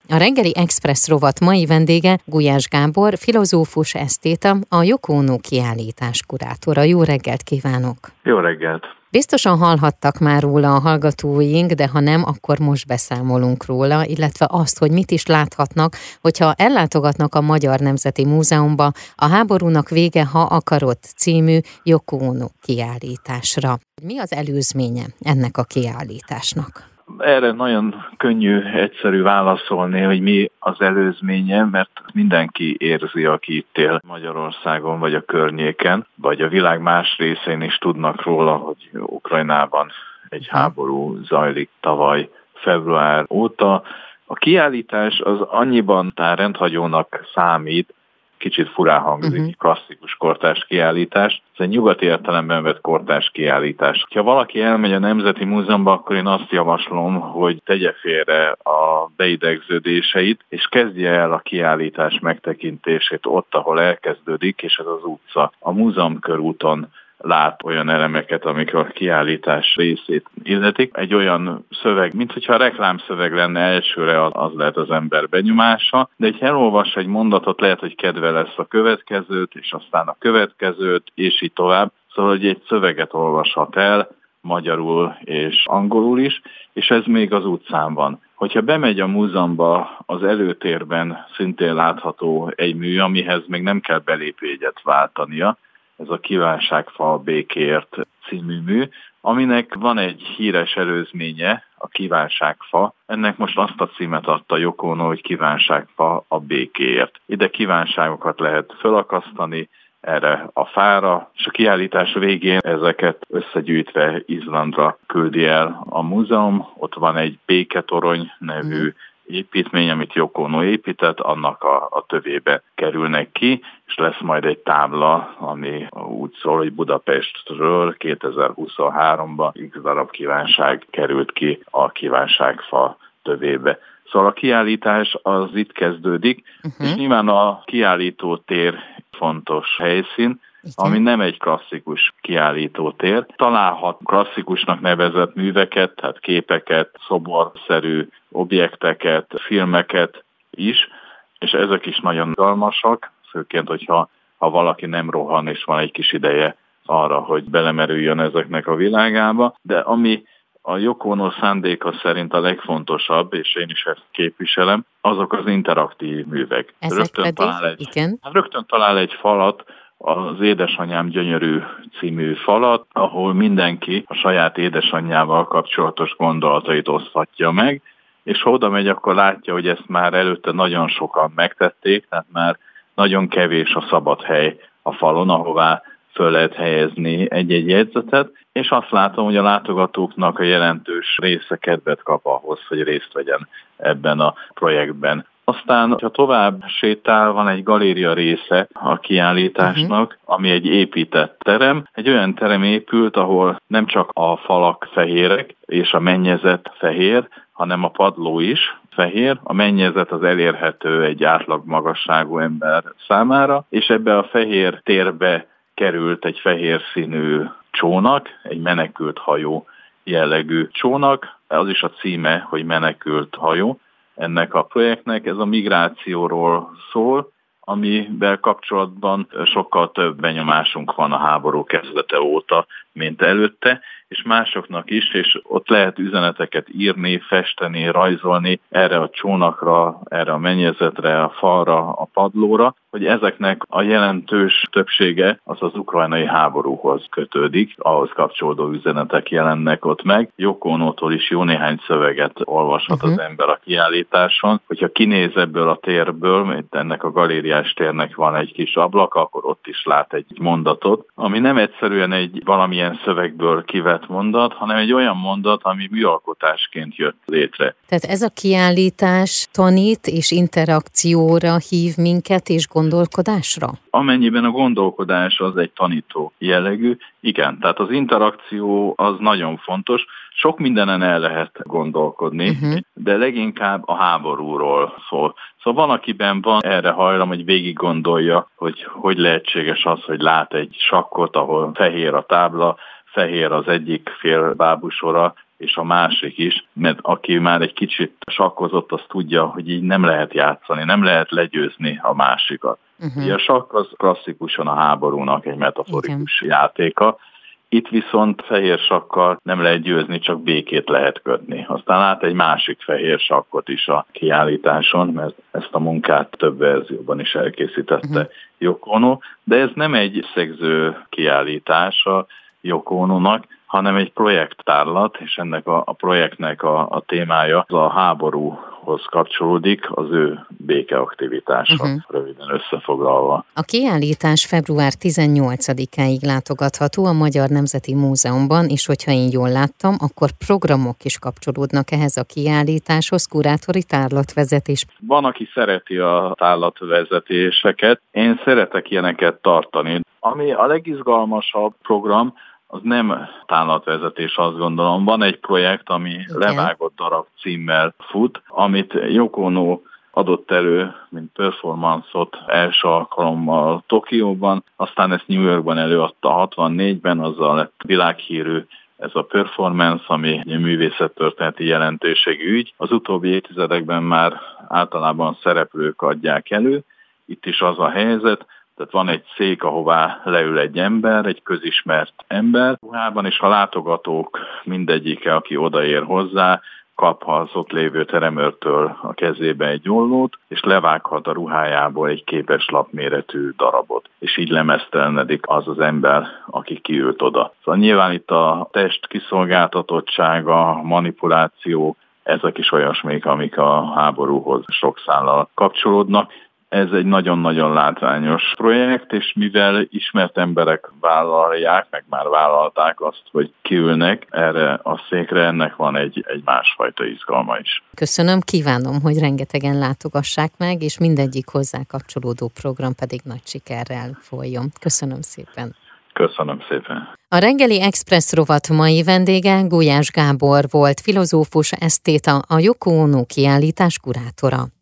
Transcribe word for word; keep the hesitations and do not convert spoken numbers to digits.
A reggeli Express rovat mai vendége Gulyás Gábor, filozófus, esztéta, a Yoko Ono kiállítás kurátora. Jó reggelt kívánok! Jó reggelt! Biztosan hallhattak már róla a hallgatóink, de ha nem, akkor most beszámolunk róla, illetve azt, hogy mit is láthatnak, hogyha ellátogatnak a Magyar Nemzeti Múzeumba a Háborúnak vége, ha akarod című Yoko Ono kiállításra. Mi az előzménye ennek a kiállításnak? Erre nagyon könnyű, egyszerű válaszolni, hogy mi az előzménye, mert mindenki érzi, aki itt él Magyarországon, vagy a környéken, vagy a világ más részén is tudnak róla, hogy Ukrajnában egy háború zajlik tavaly február óta. A kiállítás az annyiban tán rendhagyónak számít, kicsit furán hangzik, uh-huh. klasszikus kortárs kiállítás. Ez egy nyugati értelemben vett kortárs kiállítás. Ha valaki elmegy a Nemzeti Múzeumba, akkor én azt javaslom, hogy tegye félre a beidegződéseit, és kezdje el a kiállítás megtekintését ott, ahol elkezdődik, és ez az utca. A Múzeumkörúton lát olyan elemeket, amik a kiállítás részét illetik. Egy olyan szöveg, mintha reklámszöveg lenne elsőre, az lehet az ember benyomása, de egy elolvas egy mondatot, lehet, hogy kedve lesz a következőt, és aztán a következőt, és így tovább. Szóval, hogy egy szöveget olvashat el, magyarul és angolul is, és ez még az utcán van. Hogyha bemegy a múzeumba, az előtérben szintén látható egy mű, amihez még nem kell belépőjegyet váltania. Ez a Kívánságfa a békéért című mű, aminek van egy híres előzménye, a Kívánságfa. Ennek most azt a címet adta Yoko Ono, hogy Kívánságfa a békéért. Ide kívánságokat lehet fölakasztani erre a fára, és a kiállítás végén ezeket összegyűjtve Izlandra küldi el a múzeum. Ott van egy béketorony nevű építmény, amit Yoko Ono épített, annak a, a tövébe kerülnek ki, és lesz majd egy tábla, ami úgy szól, hogy Budapestről kétezer-huszonháromban x darab kívánság került ki a Kívánságfa tövébe. Szóval a kiállítás az itt kezdődik, uh-huh. és nyilván a kiállító tér fontos helyszín, igen. ami nem egy klasszikus kiállítótér. Találhat klasszikusnak nevezett műveket, tehát képeket, szoborszerű objekteket, filmeket is, és ezek is nagyon izgalmasak, főként, hogyha ha valaki nem rohan, és van egy kis ideje arra, hogy belemerüljön ezeknek a világába. De ami a Yoko Ono szándéka szerint a legfontosabb, és én is ezt képviselem, azok az interaktív művek. Ezek rögtön pedig, talál egy, igen. Rögtön talál egy falat, az Édesanyám gyönyörű című falat, ahol mindenki a saját édesanyjával kapcsolatos gondolatait oszthatja meg, és ha oda megy, akkor látja, hogy ezt már előtte nagyon sokan megtették, tehát már nagyon kevés a szabad hely a falon, ahová föl lehet helyezni egy-egy jegyzetet, és azt látom, hogy a látogatóknak a jelentős része kedvet kap ahhoz, hogy részt vegyen ebben a projektben. Aztán, ha tovább sétál, van egy galéria része a kiállításnak, uh-huh. ami egy épített terem. Egy olyan terem épült, ahol nem csak a falak fehérek és a mennyezet fehér, hanem a padló is fehér. A mennyezet az elérhető egy átlag magasságú ember számára, és ebbe a fehér térbe került egy fehér színű csónak, egy menekült hajó jellegű csónak. Az is a címe, hogy menekült hajó. Ennek a projektnek, ez a migrációról szól, amivel kapcsolatban sokkal több benyomásunk van a háború kezdete óta, mint előtte, és másoknak is, és ott lehet üzeneteket írni, festeni, rajzolni erre a csónakra, erre a mennyezetre, a falra, a padlóra, hogy ezeknek a jelentős többsége az az ukrajnai háborúhoz kötődik, ahhoz kapcsolódó üzenetek jelennek ott meg. Yoko Onótól is jó néhány szöveget olvashat uh-huh. az ember a kiállításon. Hogyha kinéz ebből a térből, mert ennek a galériás térnek van egy kis ablak, akkor ott is lát egy mondatot, ami nem egyszerűen egy valamilyen szövegből kivett mondat, hanem egy olyan mondat, ami műalkotásként jött létre. Tehát ez a kiállítás tanít és interakcióra hív minket és gondolkodásra? Amennyiben a gondolkodás az egy tanító jellegű, igen, tehát az interakció az nagyon fontos. Sok mindenen el lehet gondolkodni, uh-huh. de leginkább a háborúról szól. Szóval van, akiben van erre hajlam, hogy végig gondolja, hogy hogy lehetséges az, hogy lát egy sakkot, ahol fehér a tábla, fehér az egyik fél bábusora, és a másik is, mert aki már egy kicsit sakkozott, az tudja, hogy így nem lehet játszani, nem lehet legyőzni a másikat. Uh-huh. Ugye a sakk az klasszikusan a háborúnak egy metaforikus Igen. játéka, itt viszont fehér sakkal nem lehet győzni, csak békét lehet kötni. Aztán lát egy másik fehér sakkot is a kiállításon, mert ezt a munkát több verzióban is elkészítette uh-huh. Yoko Ono, de ez nem egy szegző kiállítás a Yoko Onónak, hanem egy projekttárlat, és ennek a, a projektnek a, a témája az a háborúhoz kapcsolódik, az ő békeaktivitása, uh-huh. röviden összefoglalva. A kiállítás február tizennyolcadikáig látogatható a Magyar Nemzeti Múzeumban, és hogyha én jól láttam, akkor programok is kapcsolódnak ehhez a kiállításhoz, kurátori tárlatvezetés. Van, aki szereti a tárlatvezetéseket, én szeretek ilyeneket tartani. Ami a legizgalmasabb program, az nem tárlatvezetés, azt gondolom. Van egy projekt, ami Igen. Levágott darab címmel fut, amit Yoko Ono adott elő, mint performance-ot első alkalommal Tokióban, aztán ezt New Yorkban előadta hatvannégyben, azzal lett világhírű ez a performance, ami egy művészettörténeti jelentőségű ügy. Az utóbbi évtizedekben már általában szereplők adják elő, itt is az a helyzet, tehát van egy szék, ahová leül egy ember, egy közismert ember ruhában, és a látogatók mindegyike, aki odaér hozzá, kap az ott lévő teremőrtől a kezébe egy ollót, és levághat a ruhájából egy képeslap méretű darabot. És így lemeztelenedik az az ember, aki kiült oda. Szóval nyilván itt a test kiszolgáltatottsága, manipuláció, ezek is olyasmik, amik a háborúhoz sok szállal kapcsolódnak. Ez egy nagyon-nagyon látványos projekt, és mivel ismert emberek vállalják, meg már vállalták azt, hogy kiülnek erre a székre, ennek van egy, egy másfajta izgalma is. Köszönöm, kívánom, hogy rengetegen látogassák meg, és mindegyik hozzá kapcsolódó program pedig nagy sikerrel folyjon. Köszönöm szépen. Köszönöm szépen. A reggeli Express rovat mai vendége Gulyás Gábor volt, filozófus, esztéta, a Yoko Ono kiállítás kurátora.